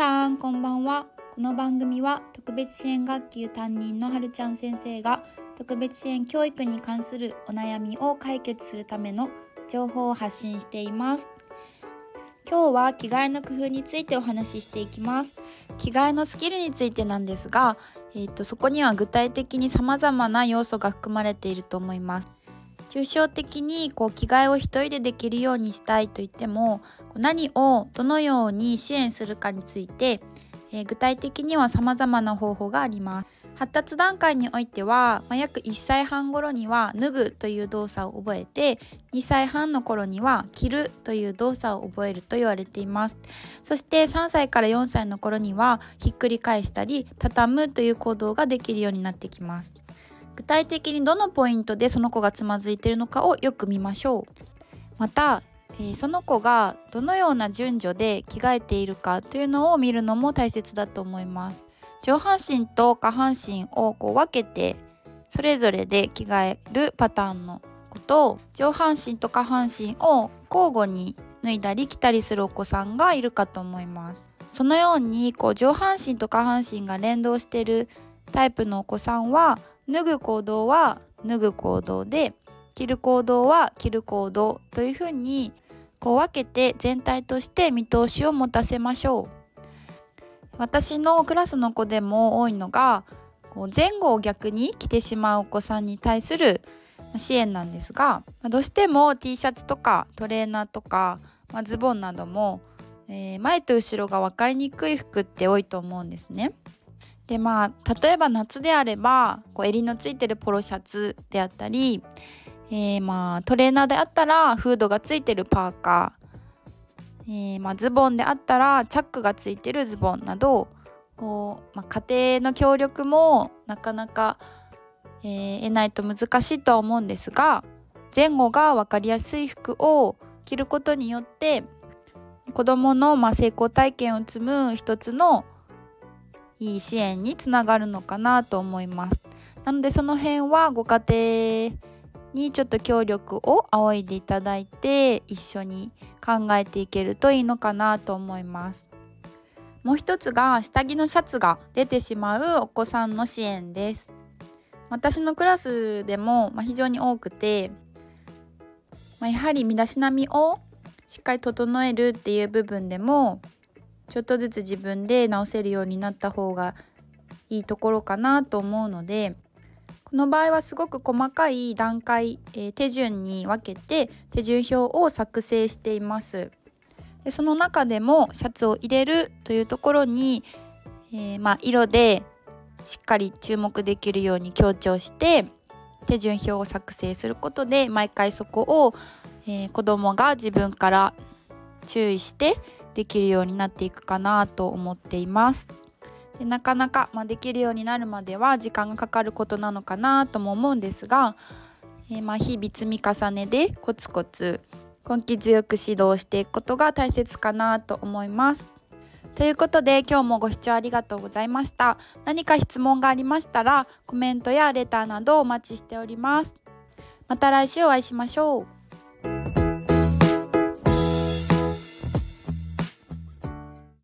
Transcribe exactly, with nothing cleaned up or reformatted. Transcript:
さんこんばんは。この番組は特別支援学級担任のはるちゃん先生が特別支援教育に関するお悩みを解決するための情報を発信しています。今日は着替えの工夫についてお話ししていきます。着替えのスキルについてなんですが、えーと、そこには具体的に様々な要素が含まれていると思います。抽象的にこう着替えを一人でできるようにしたいといっても、何をどのように支援するかについて、えー、具体的には様々な方法があります。発達段階においては、まあ、約いっさいはん頃には脱ぐという動作を覚えて、にさいはんの頃には着るという動作を覚えると言われています。そしてさんさいからよんさいの頃にはひっくり返したり畳むという行動ができるようになってきます。具体的にどのポイントでその子がつまずいているのかをよく見ましょう。また、えー、その子がどのような順序で着替えているかというのを見るのも大切だと思います。上半身と下半身をこう分けてそれぞれで着替えるパターンの子と、上半身と下半身を交互に脱いだり着たりするお子さんがいるかと思います。そのようにこう上半身と下半身が連動しているタイプのお子さんは、脱ぐ行動は脱ぐ行動で、着る行動は着る行動というふうにこう分けて全体として見通しを持たせましょう。私のクラスの子でも多いのが、こう前後を逆に着てしまうお子さんに対する支援なんですが、どうしても T シャツとかトレーナーとか、まあ、ズボンなども、えー、前と後ろが分かりにくい服って多いと思うんですね。でまあ、例えば夏であればこう襟のついてるポロシャツであったり、えー、まあトレーナーであったらフードがついてるパーカー、えー、まあズボンであったらチャックがついてるズボンなど、こう、まあ、家庭の協力もなかなか、えー、得ないと難しいとは思うんですが、前後が分かりやすい服を着ることによって子どものまあ成功体験を積む一つのいい支援につながるのかなと思います。なのでその辺はご家庭にちょっと協力を仰いでいただいて、一緒に考えていけるといいのかなと思います。もう一つが下着のシャツが出てしまうお子さんの支援です。私のクラスでもまあ非常に多くて、まあ、やはり身だしなみをしっかり整えるっていう部分でもちょっとずつ自分で直せるようになった方がいいところかなと思うので、この場合はすごく細かい段階、えー、手順に分けて手順表を作成しています。でその中でもシャツを入れるというところに、えー、まあ色でしっかり注目できるように強調して手順表を作成することで、毎回そこを、えー、子どもが自分から注意してできるようになっていくかなと思っています。でなかなか、まあ、できるようになるまでは時間がかかることなのかなとも思うんですが、えー、まあ日々積み重ねでコツコツ根気強く指導していくことが大切かなと思います。ということで今日もご視聴ありがとうございました。何か質問がありましたらコメントやレターなどお待ちしております。また来週お会いしましょう。